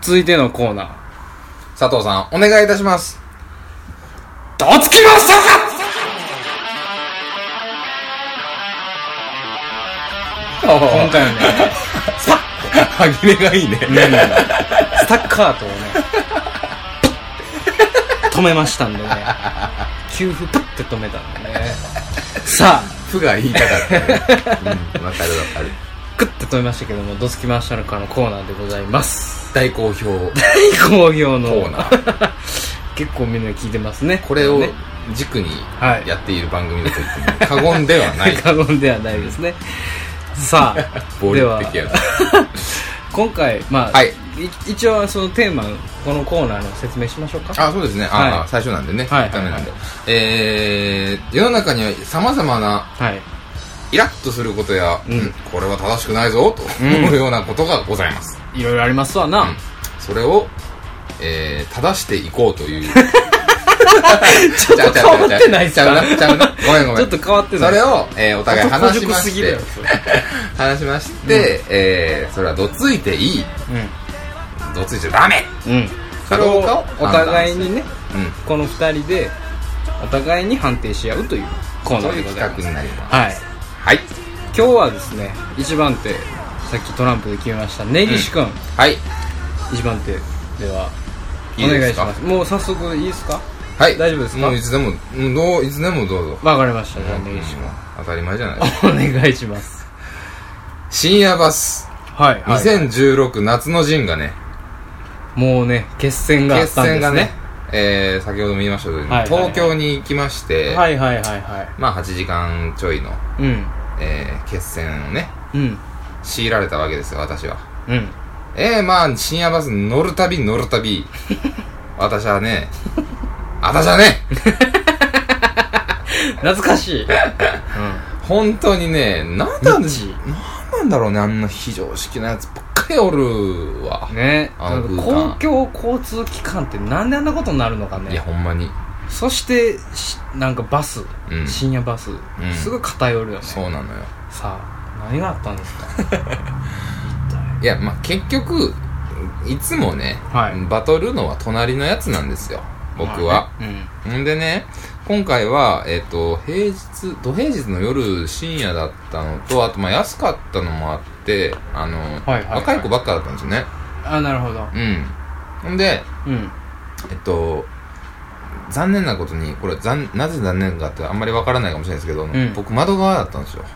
続いてのコーナー、 佐藤さんお願いいたします。 どつきましたか。今回はね、 歯切れがいいね。 スタッカートをね止めましたんでね、給付パッて止めたんでね。さあ、 負が言いたかったね。わかる。 クッて止めましたけども、どつきましたのかのコーナーでございます。 大好評のコーナー結構みんな聞いてますね。 これを軸にやっている番組だと言っても過言ではない過言ではないですね。さあ、 暴力的やな。 今回、一応そのテーマ、このコーナーの説明しましょうか。 そうですね。最初なんでね。1回目なんで。世の中には様々な、イラッとすることや、これは正しくないぞ、と思うようなことがございます。 いろいろありますわな。 それを、正していこうという。 ちょっと変わってないっすか？ ちゃうな。ごめん。 ちょっと変わってない。 それを、お互い話しまして、それはどついていい。どついちゃダメ。 それをお互いにね、この二人でお互いに判定し合うというコーナーでございます。 そういう企画になります。はい。 今日はですね、一番手、さっきトランプで決めました根岸君。 はい。 一番手ではお願いします。もう早速いいですか？ はい。 大丈夫ですか？ もういつでもどうぞ。 わかりました。じゃあ根岸君。 当たり前じゃない。 お願いします。 深夜バス。2016夏の陣がね、 もうね、決戦があったんですね。 先ほども言いました通り、東京に行きまして、8時間ちょいの、決戦をね、強いられたわけですよ、私は。深夜バス乗るたび私はね懐かしい。 本当にね、なんなんだろうね、あんな非常識なやつばっかりおるわね。公共交通機関ってなんであんなことになるのかね。 いやほんまに。そしてなんかバス、深夜バス、すごい偏るよね。 そうなのよ。 さあ、何があったんですか？ いや、結局いつもね、バトるのは隣のやつなんですよ、僕は。んでね、今回は土平日の夜深夜だったのと、あと安かったのもあって、若い子ばっかだったんですよね。 なるほど。 んで、残念なことに、これなぜ残念かってあんまりわからないかもしれないですけど、僕窓側だったんですよ。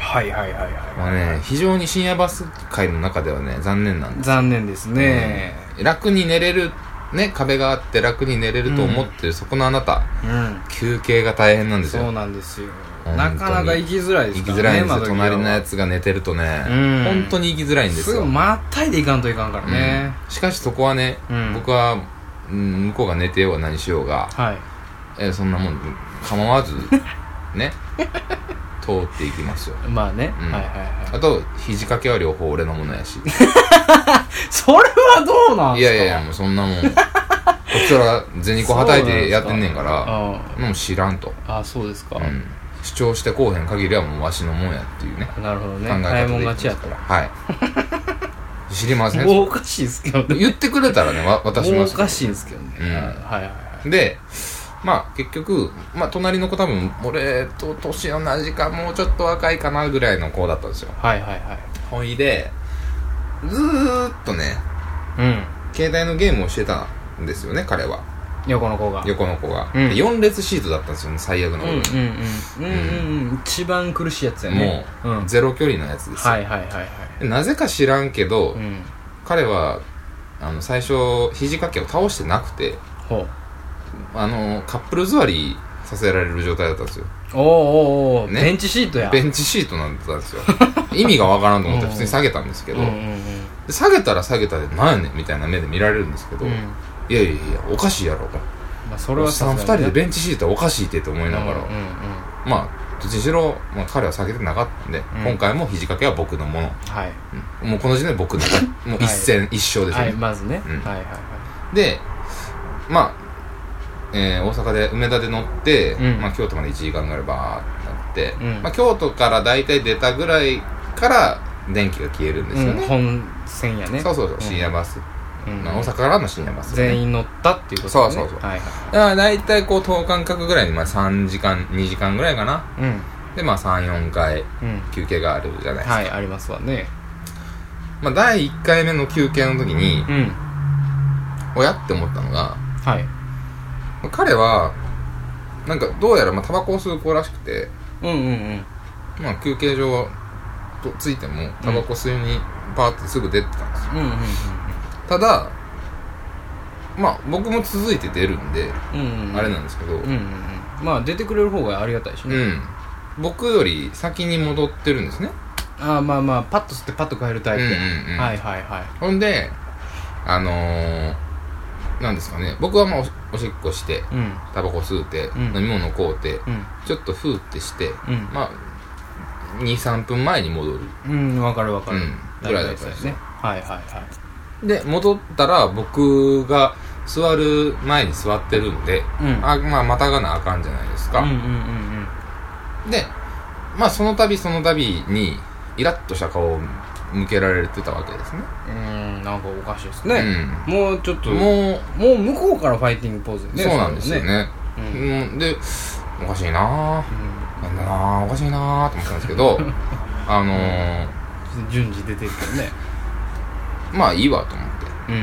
非常に深夜バス界の中ではね、残念なんです。 残念ですね。 楽に寝れるね、壁があって楽に寝れると思ってるそこのあなた、休憩が大変なんですよ。 そうなんですよ。なかなか行きづらいですからね。 行きづらいんですよ。隣のやつが寝てるとね、本当に行きづらいんですよ。 すぐまったいで行かんといかんからね。 しかしそこはね、僕は向こうが寝てようが何しようが、そんなもん構わずね通っていきますよ。あと肘掛けは両方俺のものやし。 それはどうなんすか？ いやもうそんなもんこっちは銭子はたいてやってんねんから、もう知らんと。 そうですか。 主張してこうへん限りはもうわしのもんやっていうね。 なるほどね。 考え方で買い物勝ちやったら。 知りません。 もうおかしいですけどね。 言ってくれたらね、渡します。 もうおかしいですけどね。 で、結局、隣の子多分俺と年の同じかもうちょっと若いかなぐらいの子だったんですよ。ほいでずーっとね、携帯のゲームをしてたんですよね、彼は。横の子が、4列シートだったんですよね、最悪のことに。 一番苦しいやつやね。 もうゼロ距離のやつですよ。なぜか知らんけど、彼は最初肘掛けを倒してなくて、カップル座りさせられる状態だったんですよ。ベンチシートや。ベンチシートなんだったんですよ。意味がわからんと思って普通に下げたんですけど、下げたら下げたでなんやねんみたいな目で見られるんですけど、いやおかしいやろと。 それはさ 2人でベンチシートはおかしいって思いながら、どっちにしろ、彼は下げてなかったんで、今回も肘掛けは僕のもの。もうこの時点で僕のもう一戦一勝ですよね。 まずね。 で、大阪で梅田で乗って、京都まで1時間ぐらいバーってなって、京都から大体出たぐらいから電気が消えるんですよね。 本線やね。 そう深夜バスまあ、大阪からの深夜バス、ね、 全員乗ったっていうことですね。そう、はいはい、だから大体こう等間隔ぐらいにまあ3時間2時間ぐらいかな、でまあ 3,4 回休憩があるじゃないですか、 はいありますわね。 まあ、第1回目の休憩の時に、おやって思ったのが、はい、彼はなんかどうやらまあタバコを吸う子らしくて、まあ、休憩所とついてもタバコ吸いにパーってすぐ出てたんですよ、ただまあ僕も続いて出るんで、あれなんですけど、 まあ出てくれる方がありがたいしね、 僕より先に戻ってるんですね。 まあまあパッと吸ってパッと帰るタイプ、はいはいはい。 ほんでなんですかね、僕はまあおしっこして、タバコ吸うて、飲み物買うて、ちょっとフーってして、まあ 2,3 分前に戻る、 わかるわかる、 ぐらいだったんですね。 はいはいはい。で戻ったら僕が座る前に座ってるんで、まあまたがなあかんじゃないですか。でまあその度にイラッとした顔を向けられてたわけですね。 なんかおかしいですね、もうちょっともう向こうからファイティングポーズね。 そうなんですよね、でおかしいななんだなおかしいなと思ったんですけど順次出てるけどね、まあいいわと思って、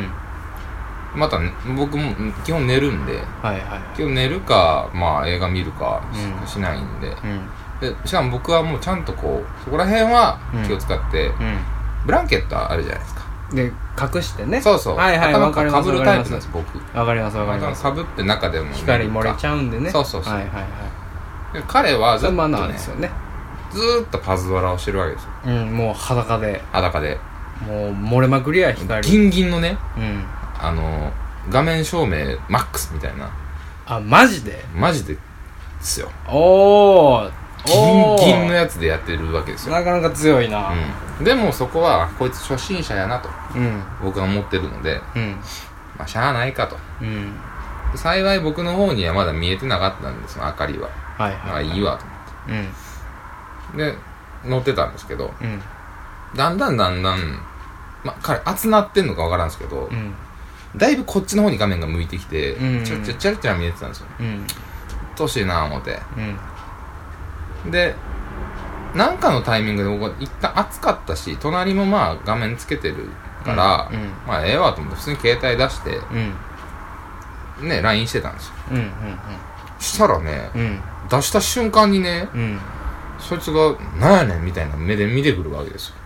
また、ね、僕も基本寝るんで、基本寝るか、まあ、映画見るか しないんで、でしかも僕はもうちゃんとこうそこら辺は気を使って、ブランケットあるじゃないですか。 で隠してね。 そうそう、頭かぶるタイプなんです僕。 わかりますわかります。 かぶって中でも光漏れちゃうんでね。 そうで彼はずっとね、ずーっとパズドラをしてるわけですよ。 もう裸でもう漏れまくりや光ギンギンのね、画面照明マックスみたいな。 マジですよ。ギンギンのやつでやってるわけですよ。 なかなか強いな、 でもそこはこいつ初心者やなと、僕は思ってるので、まあしゃあないかと、幸い僕の方にはまだ見えてなかったんですよ、明かりは。いいわと思って、で乗ってたんですけど、だんだん、まあ、彼熱なってんのかわからんですけど、だいぶこっちの方に画面が向いてきて、ちゃらちゃら見えてたんですよ。うっとうしいなぁ思って、でなんかのタイミングで僕一旦暑かったし、隣もまあ画面つけてるから、まあええわと思って普通に携帯出して、ね LINE してたんですよ。したらね、出した瞬間にね、そいつがなんやねんみたいな目で見てくるわけですよ。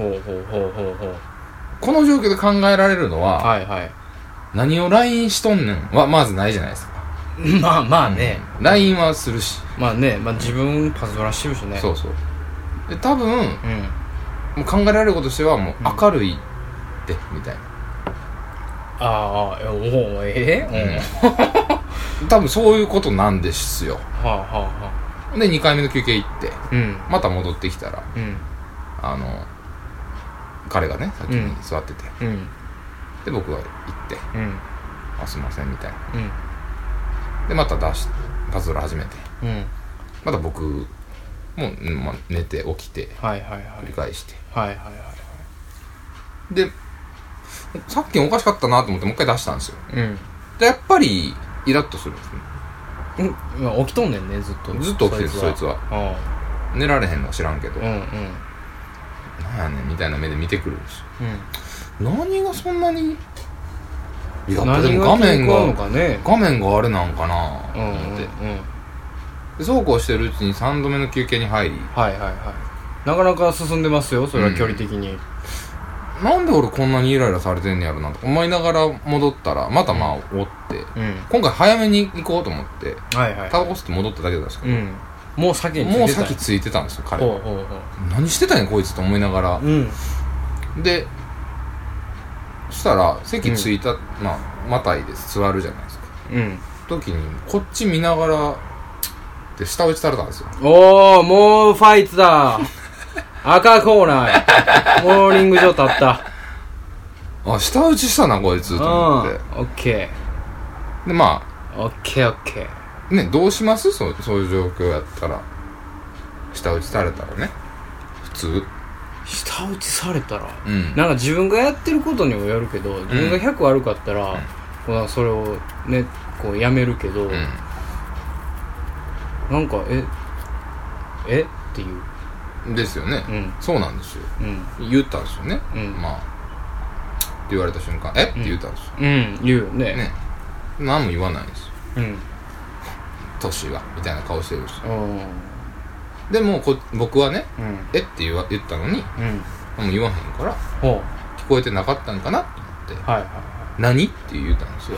この状況で考えられるのは、何を LINE しとんねんはまずないじゃないですか。 まあね、 LINE はするし、 まあね、自分パズドラしてるしね。 そうで多分、もう考えられることとしてはもう明るいってみたいな。多分そういうことなんですよ。で2回目の休憩行って、また戻ってきたら、彼がね先に座ってて、で僕が行って、すいませんみたいな、でまたパズドラ始めて、また僕も寝て起きて、繰り返して、でさっきおかしかったなと思ってもう一回出したんですよ。でやっぱりイラッとするんですね。 起きとんねんね、ずっと起きてるそいつは。寝られへんのは知らんけど、なんやねんみたいな目で見てくるんですよ。何がそんなに、いやでも画面があれなんかなと思って、でそうこうしてるうちに3度目の休憩に入り、 なかなか進んでますよ、それは距離的に。 なんで俺こんなにイライラされてんねやろなと思いながら戻ったら、またまあ追って、今回早めに行こうと思ってタバコ吸って戻っただけなんですけど、 もう先ついてたんですよ彼は。何してたんやこいつと思いながら、でそしたら席ついた、またいです座るじゃないですか、時にこっち見ながらで下打ちされたんですよ。 もうファイトだ赤コーナーやモーニング上立った。 下打ちしたなこいつと思って、 オッケーでまあオッケーね、どうします？そういう状況やったら下打ちされたらね、普通舌打ちされたら、なんか自分がやってることにもよるけど、自分が100悪かったら、こうそれをねこうやめるけど、なんかっていうですよね、そうなんですよ、言ったんですよね、まあって言われた瞬間って言ったんですよ、 言うよね何も言わないんですよ、年がみたいな顔してるし、でも僕はね、って言ったのに、もう言わへんから聞こえてなかったんかなと思って、何って言ったんですよ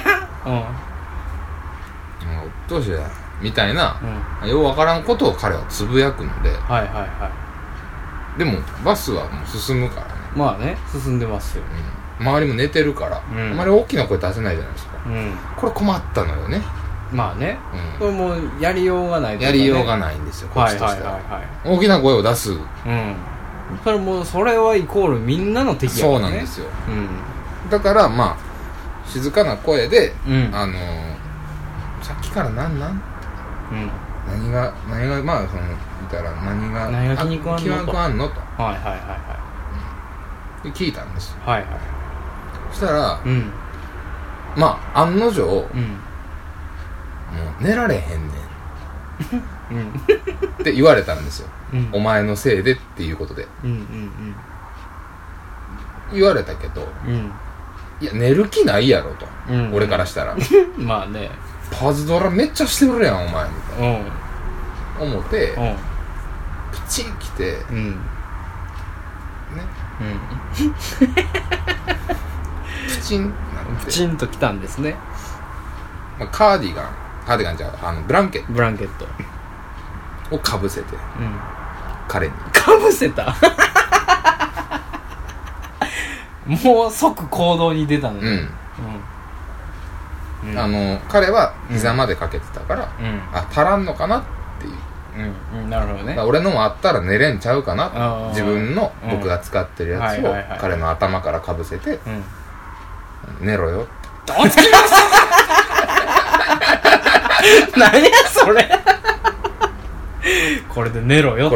どうしてだみたいな、ようわからんことを彼はつぶやくので、でもバスはもう進むからね、 まあね進んでますよ、 周りも寝てるから、あまり大きな声出せないじゃないですか、これ困ったのよね。 まあね、これもうやりようがないとか、ね、 やりようがないんですよこっちとしては、大きな声を出す、 それもそれはイコールみんなの敵やからね。 そうなんですよ、だからまあ静かな声で、さっきから何がまあその見たら何が気に食わんのと聞いたんですよ、そしたら、まあ案の定、もう寝られへんねんって言われたんですよ、お前のせいでっていうことで、言われたけど、いや寝る気ないやろと、俺からしたらまあねパズドラめっちゃしてるやんお前みたいな、思ってプチン来て、プチンなんてプチンと来たんですね、 まあ、カーディガンじゃブランケットをかぶせて、彼にかぶせたもう即行動に出たのね、彼は膝までかけてたから、足らんのかなっていう、 なるほどね、 俺のもあったら寝れんちゃうかな、自分の僕が使ってるやつを彼の頭からかぶせて、寝ろよどうつきます何やそれこれで寝ろよ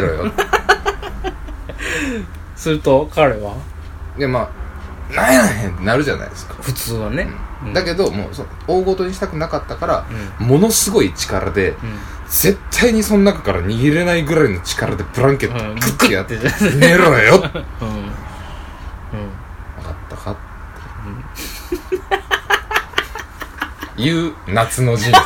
すると彼はでまあなんやねんってなるじゃないですか普通はね、 だけどもう大ごとにしたくなかったから、ものすごい力で、絶対にその中から逃げれないぐらいの力でブランケットグッてやって寝ろよ分かったかっていう夏の陣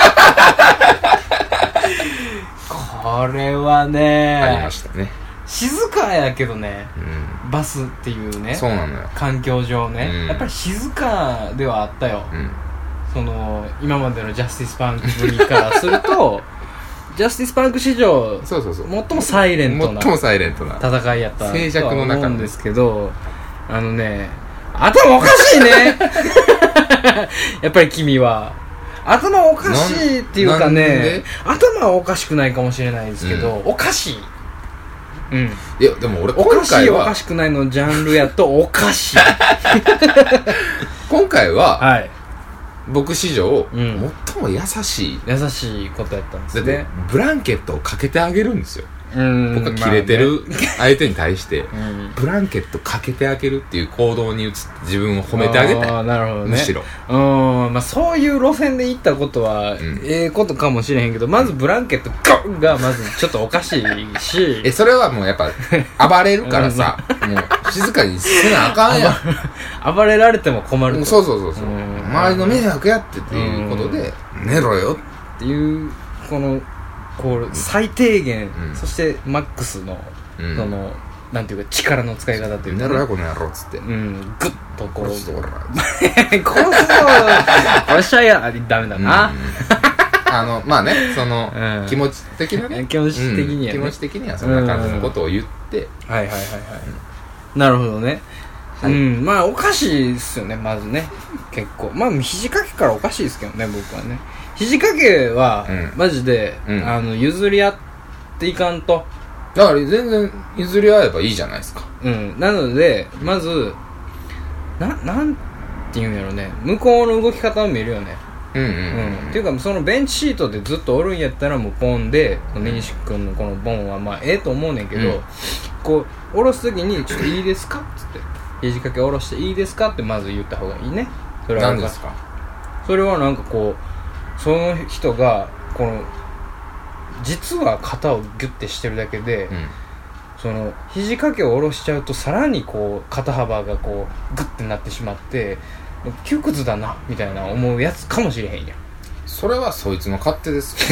これはねありましたね。 静かやけどね、バスっていうね、 そうなのよ環境上ね、やっぱり静かではあったよ、その今までのジャスティスパンクぶりからするとジャスティスパンク史上最もサイレントな戦いやった静寂の中なんですけど、頭おかしいねやっぱり君は頭おかしいっていうかね、頭はおかしくないかもしれないですけど、おかしい、 いやでも俺おかしいおかしくないのジャンルやとおかしい今回は、僕史上、最も優しいことやったんですね。 だってブランケットをかけてあげるんですよ。僕がキレてる相手に対して、ブランケットかけてあげるっていう行動に移って自分を褒めてあげたい。 なるほどね、 むしろそういう路線で行ったことは、ええことかもしれへんけど、まずブランケットゴンがまずちょっとおかしいしそれはもうやっぱ暴れるからさもう静かにせなあかんやん暴れられても困ると、 そう周りの迷惑やっていうことで、寝ろよっていうこう最低限、そしてマックスの、そのなんていうか力の使い方っていうか、 寝ろよこの野郎っつって、 グッとこう殺すぞ殺しちゃやダメだな、 まあねその、気持ち的なね気持ち的にはそんな感じのことを言って、 なるほどね、まあおかしいですよね、まずね結構肘掛けからおかしいですけどね、僕はね肘掛けは、マジで、譲り合っていかんと、 だから全然譲り合えばいいじゃないですか。 なのでまずなんていうんやろね、向こうの動き方を見るよね。っていうかそのベンチシートでずっとおるんやったらもうポンで根岸君のこのボンはまあと思うねんけど、 こう下ろす時にちょっといいですかっつって肘掛け下ろしていいですかってまず言った方がいいね。それは何ですか？ それはなんかこうその人がこの実は肩をギュッてしてるだけで、その肘掛けを下ろしちゃうとさらにこう肩幅がこうグッてなってしまって窮屈だなみたいな思うやつかもしれへんやん。 それはそいつの勝手です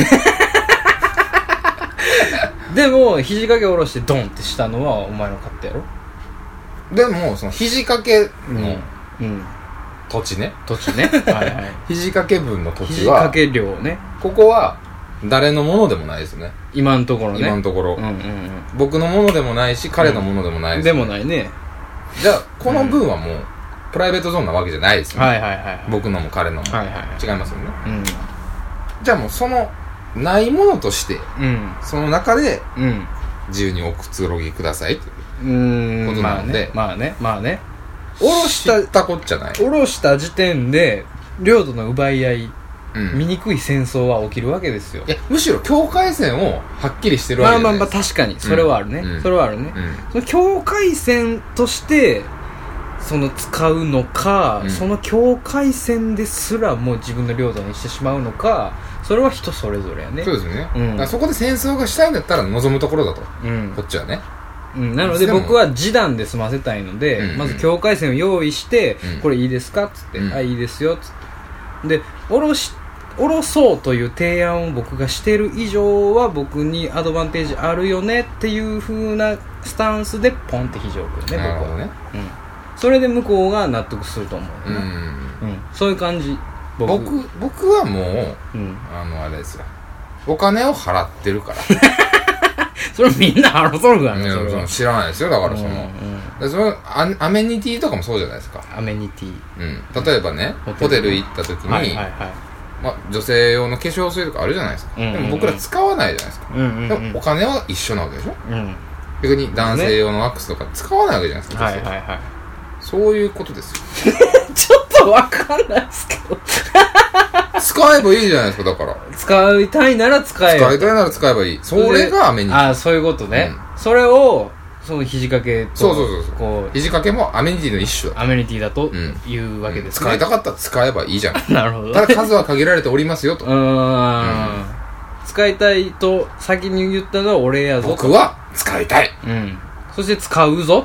でも肘掛け下ろしてドンってしたのはお前の勝手やろ。 でもその肘掛けの土地ね、 はいはい肘掛け分の土地は肘掛け量ね、 ここは誰のものでもないですね。 今のところね。 今のところ、僕のものでもないし彼のものでもないです、ね、 でもないね。 じゃあこの分はもうプライベートゾーンなわけじゃないですよね、僕のも彼のも、違いますよね、じゃあもうそのないものとして、その中で自由におくつろぎくださいということなので、 まあね下ろしたこっちゃない。 下ろした時点で領土の奪い合い、醜い戦争は起きるわけですよ。 むしろ境界線をはっきりしてるわけじゃないですか。 確かにそれはあるね、それはあるね、その境界線としてその使うのか、その境界線ですらもう自分の領土にしてしまうのか、それは人それぞれやね。 そうですよね、だからそこで戦争がしたいんだったら望むところだと、こっちはね、 なので僕は示談で済ませたいので、まず境界線を用意して、これいいですかっつって、いいですよっつってで下ろそうという提案を僕がしてる以上は僕にアドバンテージあるよねっていう風なスタンスでポンって肘を置くよね、僕はね、それで向こうが納得すると思うよね、そういう感じ。 僕はもう、あれですよ、お金を払ってるからそれみんな払っとるからね。それは知らないですよ。だからそのアメニティとかもそうじゃないですか。 アメニティ、 例えばね、ホテル行った時に、女性用の化粧水とかあるじゃないですか、でも僕ら使わないじゃないですか、でもお金は一緒なわけでしょ、逆に男性用のワックスとか使わないわけじゃないですか、そういうことですよちょっとわかんないですけど使えばいいじゃないですか。だから使いたいなら使えばいい。それがアメニティ。 そういうことね、それをその肘掛けとそう肘掛けもアメニティの一種だ。 アメニティだというわけですね、 使いたかったら使えばいいじゃんなるほど。 ただ数は限られておりますよと使いたいと先に言ったのは俺やぞ。 僕は使いたい、 そして使うぞ、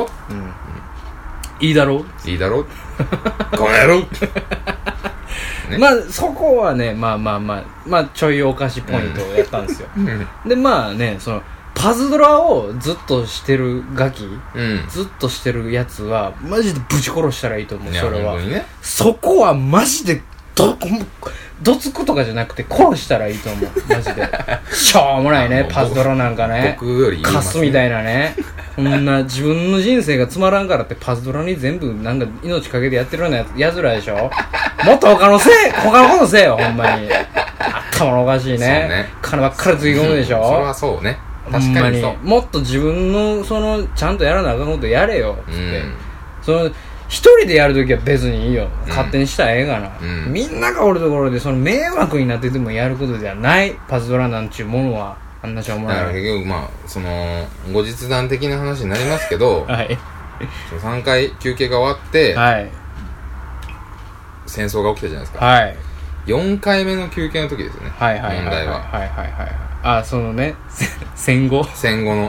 いいだろうこの野郎まあそこはね、まあちょいおかしポイントをやったんですよでまあね、そのパズドラをずっとしてるガキ、ずっとしてるやつはマジでぶち殺したらいいと思う。それは、そこはマジでどつくとかじゃなくて殺したらいいと思う。マジでしょうもないね、パズドラなんかね、 僕よりカスみたいなねこんな自分の人生がつまらんからってパズドラに全部なんか命かけてやってるようなやつらでしょもっと他のことせえよ、ほんまに頭のおかしいね、金ばっかりつぎ込むでしょ、 それはそうね、確かにそう。 もっと自分のそのちゃんとやらなあかんことやれよつって、その一人でやるときは別にいいよ、勝手にしたらええがな、みんながおるところでその迷惑になっててもやることではないパズドラなんちゅうものは。あんなしょうもない。 だから結局その後日談的な話になりますけど3回休憩が終わって、戦争が起きたじゃないですか、4回目の休憩の時ですよね、問題は。 そのね戦後の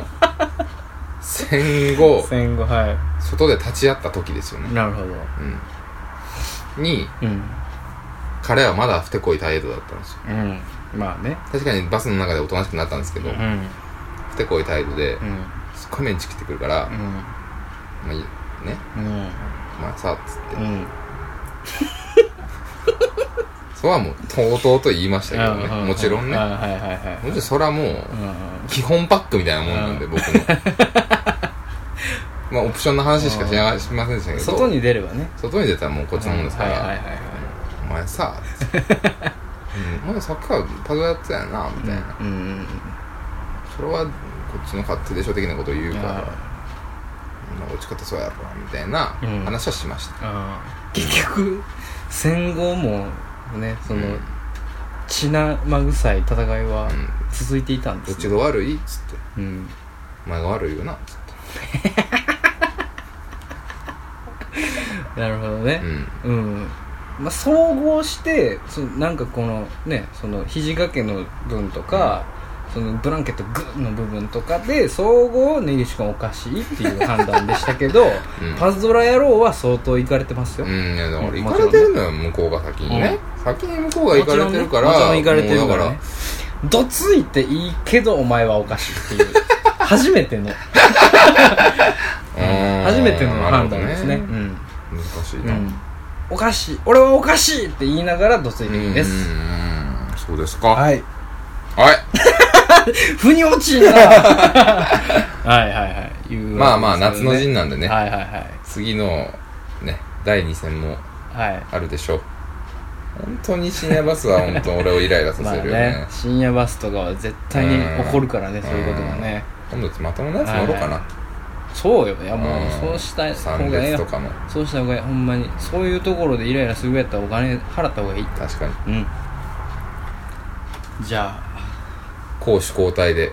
外で立ち会った時ですよね。 なるほど、 彼はまだふてこい態度だったんですよ、 まあね、 確かにバスの中でおとなしくなったんですけど、ふてこい態度ですっごいメンチ切ってくるから、まあね、まあさっつってそれはもうとうとうと言いましたけどね、もちろんね、もちろんそれはもう基本パックみたいなもんなんで、僕のまあオプションの話しかしませんでしたけど、 外に出ればね、 外に出たらもうこっちのもんですから、お前さまださっきからパズドラやってたよなみたいな、それはこっちの勝手でしょ的なことを言うから、落ち方そうやろみたいな話はしました、 結局戦後もね、その血生臭い戦いは続いていたんです、 どっちが悪いっつって、お前が悪いよなっつって、 なるほどね。うん。まあ、総合してなんかこのね、その肘掛けの分とか、そのブランケットグッの部分とかで総合根岸君おかしいっていう判断でしたけど、パズドラ野郎は相当イカれてますよ。 いやだからイカれてるのよ、向こうが先にね、先に向こうがイカれてるから、もちろんイカれてるからね。どついていいけどお前はおかしいっていう初めての初めての判断ですね。 難しいな。 おかしい、俺はおかしいって言いながらどついていいです。 そうですか。 はいはい腑に落ちんなはいはいはい、 まあまあ夏の陣なんでね、 はいはいはい、 次のね第2戦もあるでしょう。本当に深夜バスは本当俺をイライラさせるよね。 深夜バスとかは絶対に起こるからね、そういうことがね。 今度まともなやつ乗ろうかな。 そうよ、いやもうそうした方がいいよ。そうした方がいい、ほんまに。そういうところでイライラするぐらいやったらお金払った方がいい。 確かに。 じゃあ攻守交代で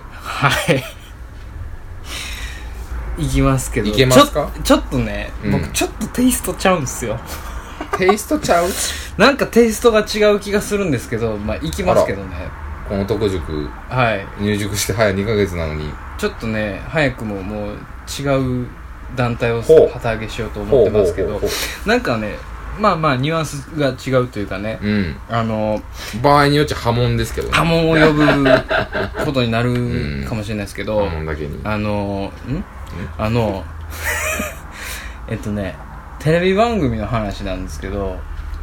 いきますけど、 いけますか？ ちょっとね、僕ちょっとテイストちゃうんすよ。 テイストちゃう？ なんかテイストが違う気がするんですけど、まあいきますけどね。 この特塾、入塾して早2ヶ月なのにちょっとね、早くももう違う団体を旗揚げしようと思ってますけど、なんかね、まあまあニュアンスが違うというかね、 場合によっちゃ波紋ですけどね、 波紋を呼ぶことになるかもしれないですけど、 波紋だけにテレビ番組の話なんですけど、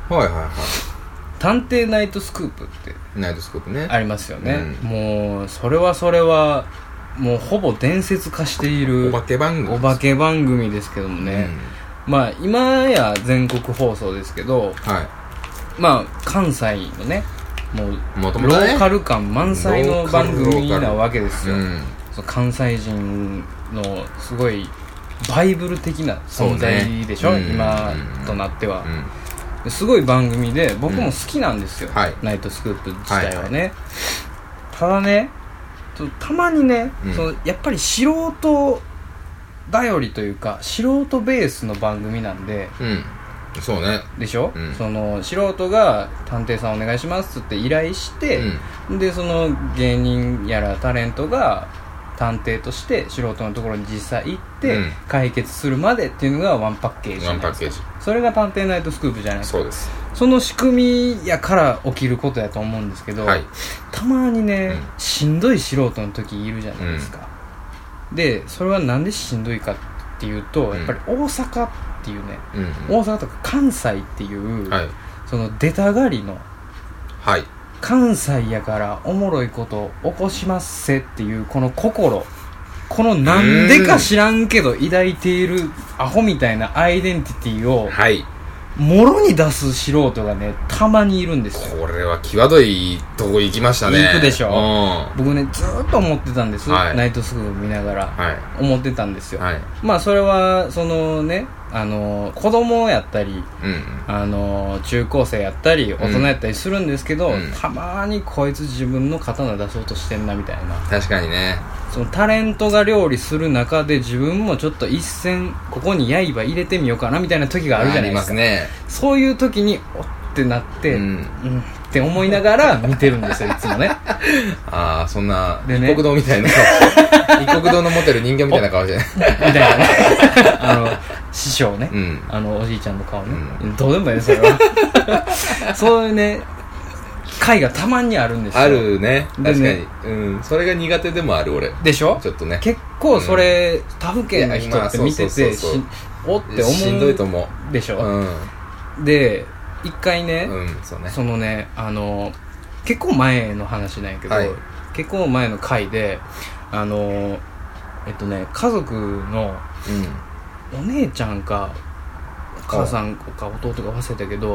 探偵ナイトスクープってナイトスクープねありますよね。もうそれはもうほぼ伝説化しているお化け番組ですけどもね、まあ今や全国放送ですけど、まあ関西のね、もうローカル感満載の番組なわけですよ。その関西人のすごいバイブル的な存在でしょ、今となっては。すごい番組で僕も好きなんですよ、ナイトスクープ自体はね。ただね、たまにね、やっぱり素人頼りというか素人ベースの番組なんで、 そうねでしょ、その素人が探偵さんお願いしますって依頼して、でその芸人やらタレントが探偵として素人のところに実際行って解決するまでっていうのがワンパッケージじゃないですか。それが探偵ナイトスクープじゃないですか。 そうです。 その仕組みやから起きることやと思うんですけど、たまにね、しんどい素人の時いるじゃないですか。でそれはなんでしんどいかっていうと、やっぱり大阪っていうね、大阪とか関西っていう、その出たがりの、関西やからおもろいこと起こしますせっていうこの心、このなんでか知らんけど抱いているアホみたいなアイデンティティをもろに出す素人がね、たまにいるんですよ。 これは際どいとこ行きましたね。 行くでしょ。僕ねずーっと思ってたんです、ナイトスクープ見ながら、思ってたんですよ。まあそれはそのね、子供やったり、中高生やったり大人やったりするんですけど、たまにこいつ自分の刀出そうとしてんなみたいな。 確かにね。 そのタレントが料理する中で自分もちょっと一線ここに刃入れてみようかなみたいな時があるじゃないですか。ありますね。そういう時におってなって、って思いながら見てるんですよ、いつもね。 ああ、そんな一国堂みたいな一国堂の持ってる人形みたいな顔じゃないみたいなね。師匠ね、おじいちゃんの顔ね、どうでもいいねそれは。そういうね回がたまにあるんですよ。 あるね、確かに。それが苦手でもある俺。 でしょ。 ちょっとね、 結構それ、他府県の人って見てておって思うしんどいと思うでしょ。で一回ね、そのね、結構前の話なんやけど、結構前の回で家族のお姉ちゃんかお母さんか弟か忘れたけど、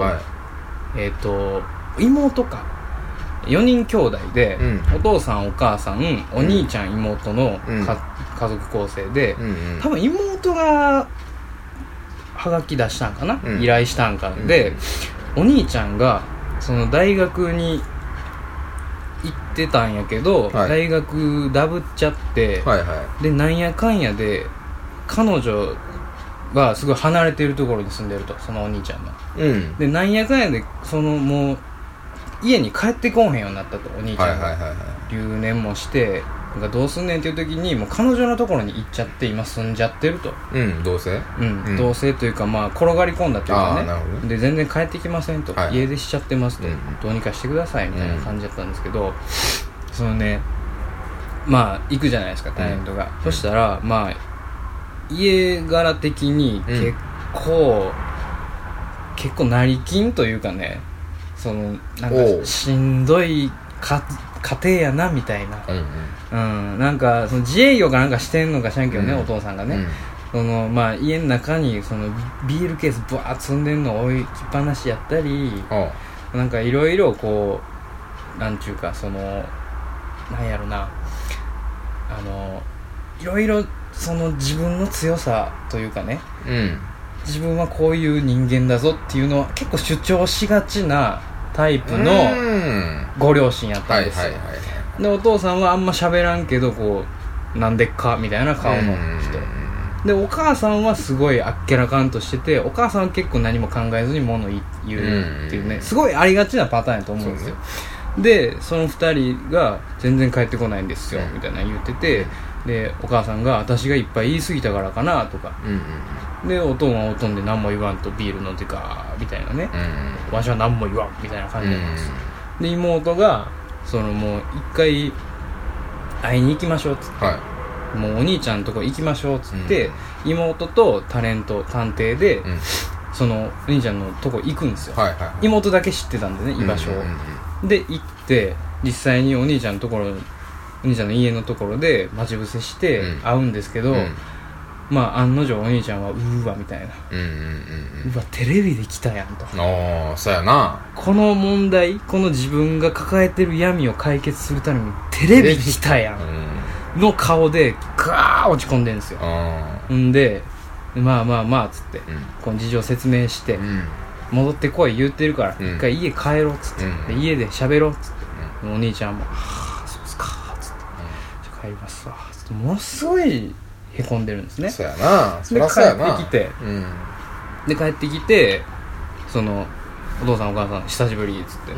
妹か4人兄弟で、お父さんお母さんお兄ちゃん妹の家族構成で、多分妹がはがき出したんかな、依頼したんかで、お兄ちゃんがその大学に行ってたんやけど、大学ダブっちゃって、でなんやかんやで彼女はすごい離れてるところに住んでると、そのお兄ちゃんの、でなんやかんやでもう家に帰ってこんへんようになったと、お兄ちゃんが、留年もしてなんかどうすんねんっていう時にもう彼女のところに行っちゃって今住んじゃってると、 同棲、 同棲というかまあ転がり込んだというかね、で全然帰ってきませんと、家出しちゃってますと、どうにかしてくださいみたいな感じだったんですけど、そのねまあ行くじゃないですかタレントが、そしたらまあ家柄的に結構成金というかね、なんかしんどい家庭やなみたいな、なんか自営業かなんかしてんのか知らんけどね、お父さんがね、まあ家の中にビールケースブワーッ積んでんの置きっぱなしやったり、なんかいろいろこうなんちゅうかなんやろな、いろいろ自分の強さというかね、自分はこういう人間だぞっていうのは結構主張しがちなタイプのご両親やったんですよ。でお父さんはあんま喋らんけどこうなんでっかみたいな顔の人で、お母さんはすごいあっけらかんとしてて、お母さんは結構何も考えずに物言うっていうね、すごいありがちなパターンやと思うんですよ。でその2人が全然帰ってこないんですよみたいな言ってて、でお母さんが私がいっぱい言い過ぎたからかなとか、でおとんはおとんで何も言わんとビール飲んでかみたいなね、わしは何も言わんみたいな感じなんです。で妹がもう一回会いに行きましょうっつって、もうお兄ちゃんのとこ行きましょうっつって、妹とタレント探偵で、お兄ちゃんのとこ行くんですよ、妹だけ知ってたんでね居場所を、で行って実際にお兄ちゃんの家のところで待ち伏せして会うんですけど、まあ案の定お兄ちゃんはうーわみたいな、うわテレビで来たやんと、 そうやな、 この問題、この自分が抱えてる闇を解決するためにテレビ来たやんの顔でガー落ち込んでるんですよ。んでまあっつって、この事情説明して、戻ってこい言ってるから一回家帰ろうっつって、で家で喋ろうっつって、お兄ちゃんもそうっすかっつって、帰りますわっつってものすごいへこんでるんですね。 そうやな、そりゃそうやな。 で帰ってきてお父さんお母さん久しぶりっつって、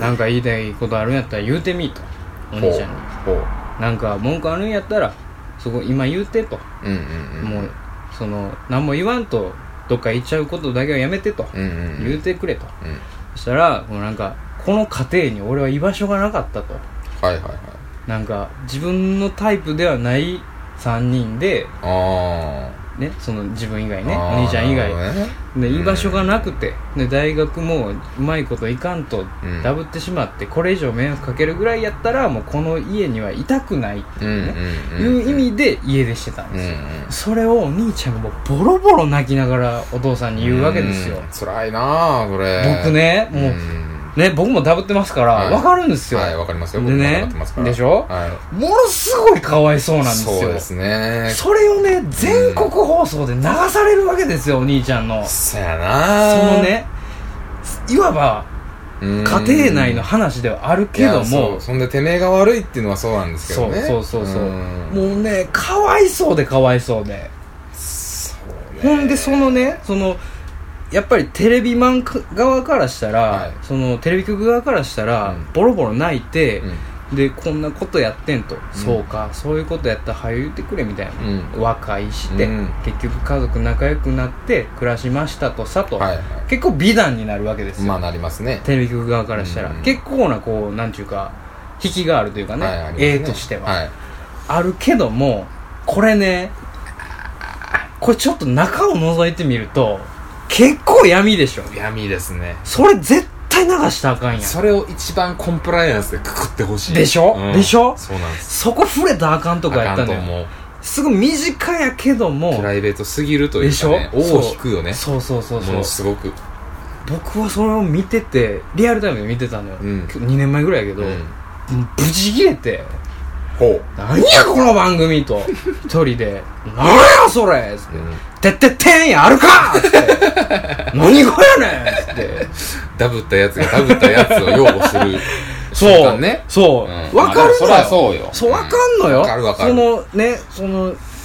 なんか言いたいことあるんやったら言うてみと、お兄ちゃんになんか文句あるんやったらそこ今言うてと、もう何も言わんとどっか行っちゃうことだけはやめてと、言うてくれと、そしたらなんかこの家庭に俺は居場所がなかったと、なんか自分のタイプではない3人でね、自分以外ね、お兄ちゃん以外で居場所がなくて、で大学もうまいこといかんとダブってしまって、これ以上迷惑かけるぐらいやったらもうこの家にはいたくないっていうね、いう意味で家出してたんですよ。それをお兄ちゃんがもうボロボロ泣きながらお父さんに言うわけですよ。 辛いなこれ。 僕ねもうね、僕もダブってますから分かるんですよ。 分かりますよ。 でね、でしょ、ものすごいかわいそうなんですよ。 そうですね。 それをね全国放送で流されるわけですよ、お兄ちゃんの。 そうやな。 ね、いわば家庭内の話ではあるけども、 そんでてめえが悪いっていうのはそうなんですけどね。 そうもうねかわいそうでかわいそうで、ほんでやっぱりテレビマン側からしたら、テレビ局側からしたら、ボロボロ泣いて、でこんなことやってんと、そうかそういうことやったら早言ってくれみたいな、和解して、結局家族仲良くなって暮らしましたとさと、結構美談になるわけですよ。 なりますね。 テレビ局側からしたら、結構なこうなんていうか引きがあるというかね、としては、あるけども、これねこれちょっと中を覗いてみると結構闇でしょ。 闇ですね。 それ絶対流したらあかんやん。 それを一番コンプライアンスでくくってほしいでしょ、でしょ。 そうなんです。 そこ触れたらあかんとかやったのよ。すごい身近やけどもプライベートすぎるというかね、尾を引くよね。そうものすごく。 僕はそれを見ててリアルタイムで見てたのよ、2年前ぐらいやけど、ブチ切れて、何やこの番組と一人で何やそれっつって、てってってんやあるかっつって何がやねんっつってダブったやつがダブったやつを擁護する瞬間ね。 そう、分かるのよ。 そりゃそうよ。 そう分かんのよ。 分かる。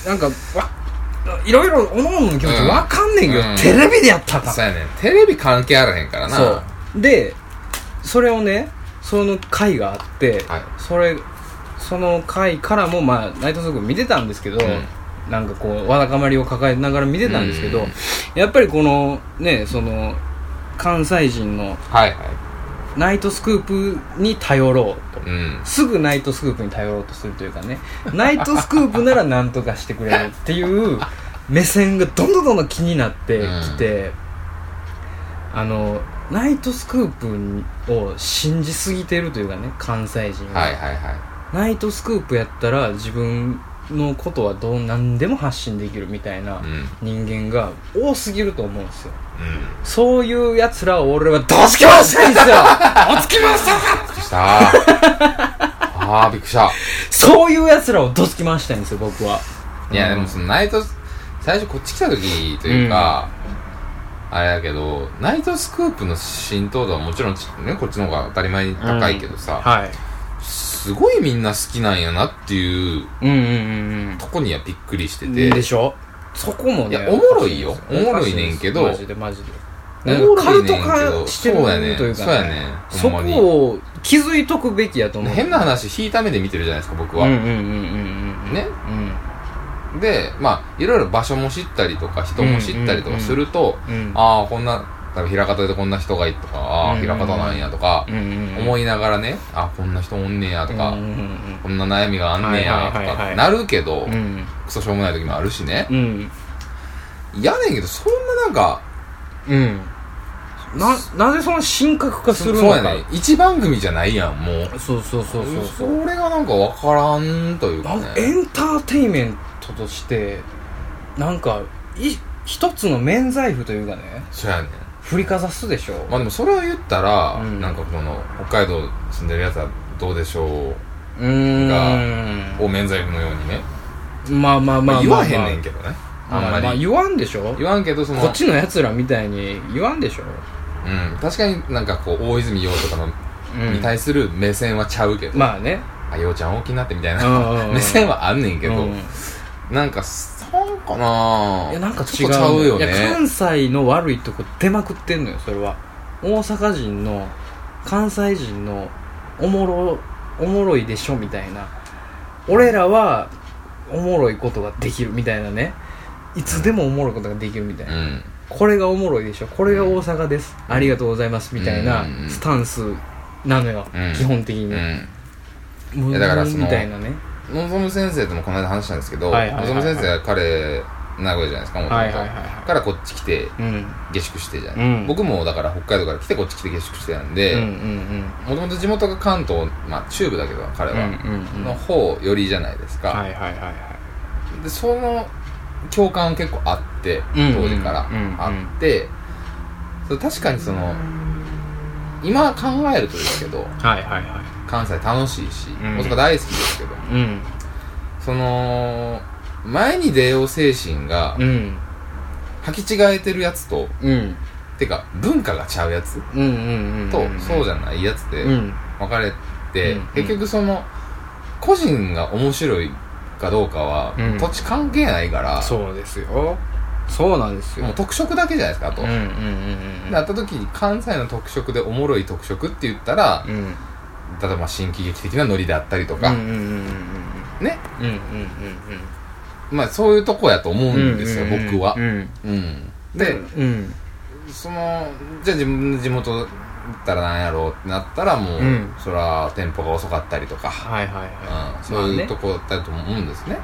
なんかいろいろおのおのの気持ちわかんねんけど、テレビでやったかそうやねん、テレビ関係あらへんからな。 そうでそれをね、その回があって、はい、その回からもまあナイトスクープ見てたんですけど、なんかこうわだかまりを抱えながら見てたんですけど、やっぱりこのね、その関西人のナイトスクープに頼ろうと、すぐナイトスクープに頼ろうとするというかね、ナイトスクープなら何とかしてくれるっていう目線がどんどん気になってきて、ナイトスクープを信じすぎてるというかね、関西人は、ナイトスクープやったら自分のことは何でも発信できるみたいな人間が多すぎると思うんですよ、そういうやつらを俺はどつき回したいんですよどつき回したびっくりしたびっくりした。 そういうやつらをどつき回したいんですよ僕は。 いやでもそのナイト最初こっち来た時というか、あれだけどナイトスクープの浸透度はもちろんね、こっちの方が当たり前に高いけどさ、すごいみんな好きなんやなっていうとこにはびっくりしてて。 でしょ、そこもね。 いやおもろいよ、おもろいねんけど、 マジでカルト化してるというか、 そうやね、 そこを気づいとくべきやと思う。 変な話引いた目で見てるじゃないですか僕はね。でまあいろいろ場所も知ったりとか人も知ったりとかすると、ああこんな平方でこんな人がいるとか、ああ平方なんやとか思いながらね、あこんな人おんねやとか、こんな悩みがあんねやとかなるけど、クソしょうもない時もあるしね、やねんけど、そんななんかなぜその神格化するのか。 そうやね、一番組じゃないやんもう。 そうそれがなんか分からんというかね、 エンターテインメントとしてなんか一つの免罪符というかね、 そうやねん、 振りかざすでしょ。 まあでもそれを言ったら、なんかこの北海道住んでるやつはどうでしょうがを免罪符のようにね、まあ言わへんねんけどね、あんまり言わんでしょ。 言わんけど、 こっちのやつらみたいに言わんでしょ。 確かになんかこう大泉洋とかのに対する目線はちゃうけど、 まあね、 あようちゃん大きになってみたいな目線はあんねんけど、なんかそうかな、 いやなんか違うよね。 いや関西の悪いとこ出まくってんのよそれは。大阪人の関西人のおもろいでしょみたいな、俺らはおもろいことができるみたいなね、いつでもおもろいことができるみたいな、これがおもろいでしょ、これが大阪です、ありがとうございますみたいなスタンスなのよ、基本的に、 いやだからそのみたいなね。 のぞむ先生ともこの間話したんですけど、のぞむ先生は彼名古屋じゃないですか、もともとからこっち来て下宿してじゃない、僕もだから北海道から来てこっち来て下宿してたんで、もともと地元が関東、まあ中部だけど彼はの方よりじゃないですか。でその共感結構あって、当時からあって、確かにその今考えるとですけど、関西楽しいし、大阪大好きですけど、その前に出よう精神が履き違えてるやつと、てか文化がちゃうやつとそうじゃないやつで分かれて、結局その個人が面白いかどうかは土地関係ないから、 そうですよ、そうなんですよ。 もう特色だけじゃないですか。あとなった時に関西の特色でおもろい特色って言ったら、例えば新喜劇的なノリであったりとかね、まあそういうとこやと思うんですよ、僕は。で、そのじゃあ自分の地元だったらなんやろうってなったら、もうそれはテンポが遅かったりとか、そういうとこだったりと思うんですね。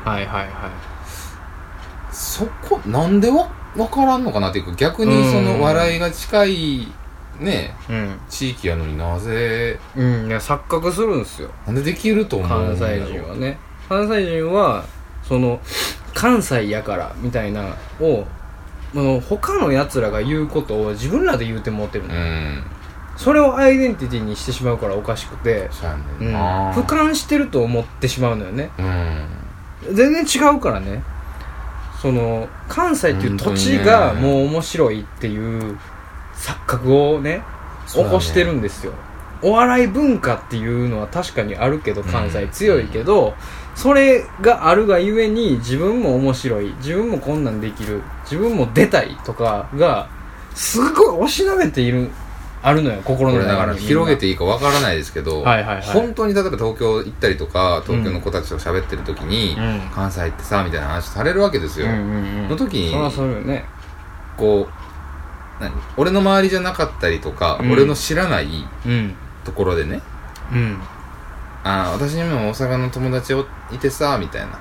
そこなんで分からんのかなっていうか、逆にその笑いが近いね、地域やのになぜいや錯覚するんですよ。 なんでできると思うんだろう。 関西人はね、関西人はその関西やからみたいなを他のやつらが言うことを自分らで言うてもってるの、それをアイデンティティにしてしまうからおかしくて、俯瞰してると思ってしまうのよね、全然違うからね。その関西っていう土地がもう面白いっていう錯覚をね起こしてるんですよ。 お笑い文化っていうのは確かにあるけど、関西強いけど、それがあるがゆえに自分も面白い、自分もこんなんできる、自分も出たいとかがすごいおしなべている、あるのよ、心の中に。 だから広げていいかわからないですけど、 はいはいはい、 本当に例えば東京行ったりとか、東京の子たちと喋ってる時に、関西ってさみたいな話されるわけですよ、の時に、 そりゃそうよね、 こう俺の周りじゃなかったりとか、俺の知らないところでね、私にも大阪の友達いてさみたいな、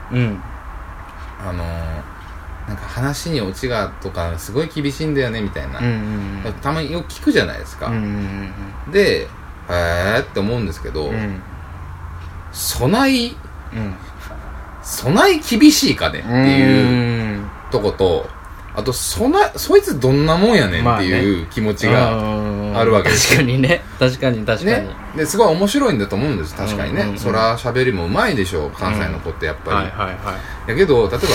なんか話にオチがとかすごい厳しいんだよねみたいな、たまによく聞くじゃないですか、でへーって思うんですけど、そない厳しいかねっていうとこと、あとそいつどんなもんやねんっていう気持ちがあるわけです。 確かにね、確かにね、 ですごい面白いんだと思うんです、確かにね、そら喋りもうまいでしょう、関西の子ってやっぱり、だけど例えば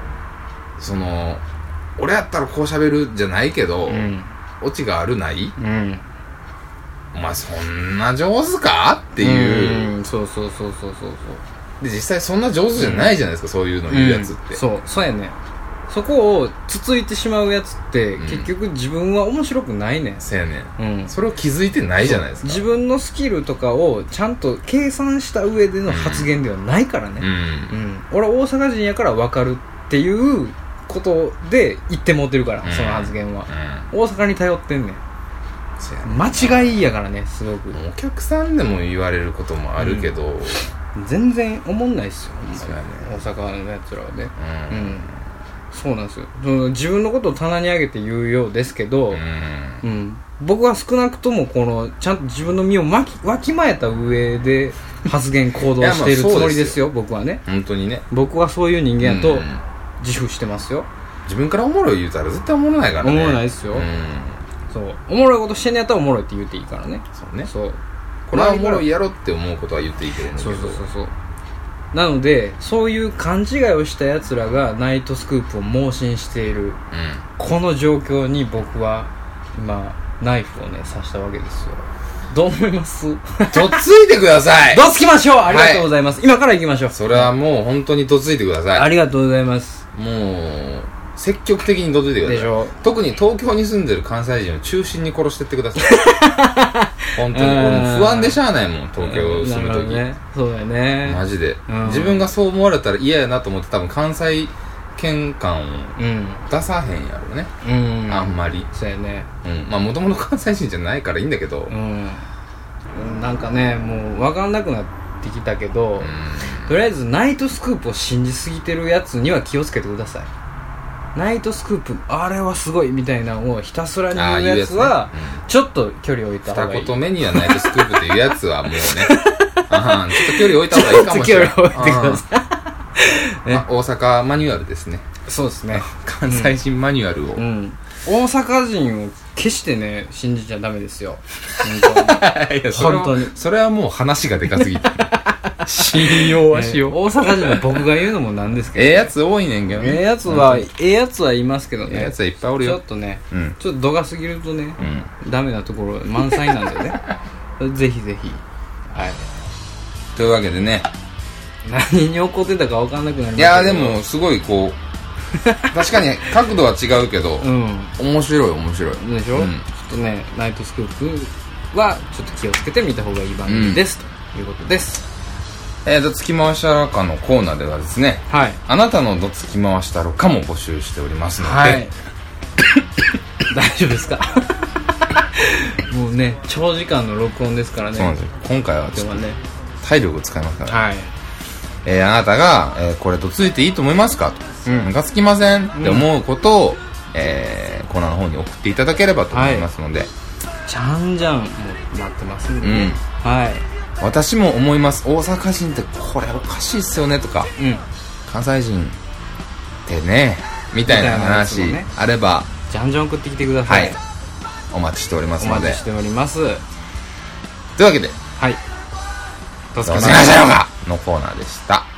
俺やったらこう喋るじゃないけど、オチがあるない、お前そんな上手かっていう、 そうで実際そんな上手じゃないじゃないですか、そういうの言うやつって、 そうやね。そこをつついてしまうやつって、結局自分は面白くないねん。 そうやねん、それを気づいてないじゃないですか。 自分のスキルとかをちゃんと計算した上での発言ではないからね、俺は大阪人やから分かるっていうことで言って持ってるから、その発言は、大阪に頼ってんねん。間違いやからね、すごく。 お客さんでも言われることもあるけど、 全然思んないっすよ、大阪のやつらはね。そうなんですよ。自分のことを棚に上げて言うようですけど、僕は少なくともちゃんと自分の身をわきまえた上で発言行動しているつもりですよ、僕はね。 本当にね、 僕はそういう人間やと自負してますよ。 自分からおもろい言うたら絶対おもろないからね。 おもろないっすよ、そうおもろいことしてんのやったらおもろいって言っていいからね。 そうね、これはおもろいやろって思うことは言っていいけどね。 そうなので、そういう勘違いをしたやつらがナイトスクープを盲信している、この状況に僕は今ナイフをね刺したわけですよ。どう思います？ どついてください。 どつきましょう。ありがとうございます、今から行きましょう。 それはもう本当にどついてください。 ありがとうございます。 もう積極的にどついてください。でしょ。特に東京に住んでる関西人を中心に殺してってください。本当に不安でしゃあないもん、東京住むとき、 そうだよね、 マジで、自分がそう思われたら嫌やなと思って、多分関西圏感を出さへんやろね、あんまり。 そうやね、 まあもともと関西人じゃないからいいんだけど、 なんかね、もう分かんなくなってきたけど、とりあえずナイトスクープを信じすぎてるやつには気をつけてください。ナイトスクープあれはすごいみたいなのをひたすらに言うやつはちょっと距離を置いた方がいい。 二言目にはナイトスクープっていうやつはもうねちょっと距離置いた方がいいかもしれない。ちょっと距離を置いてください。大阪マニュアルですね。 そうですね、 関西人マニュアルを、 大阪人を決してね信じちゃダメですよ。 本当にそれはもう話がでかすぎて信用はしよう、 大阪人は僕が言うのもなんですけど、 やつ多いねんけどね。 やつはいますけどね。 やつはいっぱいおるよ。 ちょっとね、ちょっと度が過ぎるとね、ダメなところ満載なんでねぜひぜひ、 というわけでね、 何に怒ってたか分かんなくなりましたけど。 いやでもすごい確かに角度は違うけど、面白いでしょ、ちょっとね、ナイトスクープはちょっと気をつけて見た方がいい番組です、ということです。 どつき回したろかのコーナーではですね、あなたのどつき回したろかも募集しておりますので、 大丈夫ですかもうね、長時間の録音ですからね。 そうなんですよ。今回はちょっと体力を使いますから、あなたが、これどついていいと思いますかと、ムカつきませんって思うことを、コーナーの方に送っていただければと思いますので、 じゃんじゃんもう待ってますんでね、 私も思います、大阪人ってこれおかしいっすよねとか、関西人ってねみたいな話あれば、 じゃんじゃん送ってきてください。 お待ちしておりますので。 お待ちしております。 というわけで、 どうぞどうぞのコーナーでした。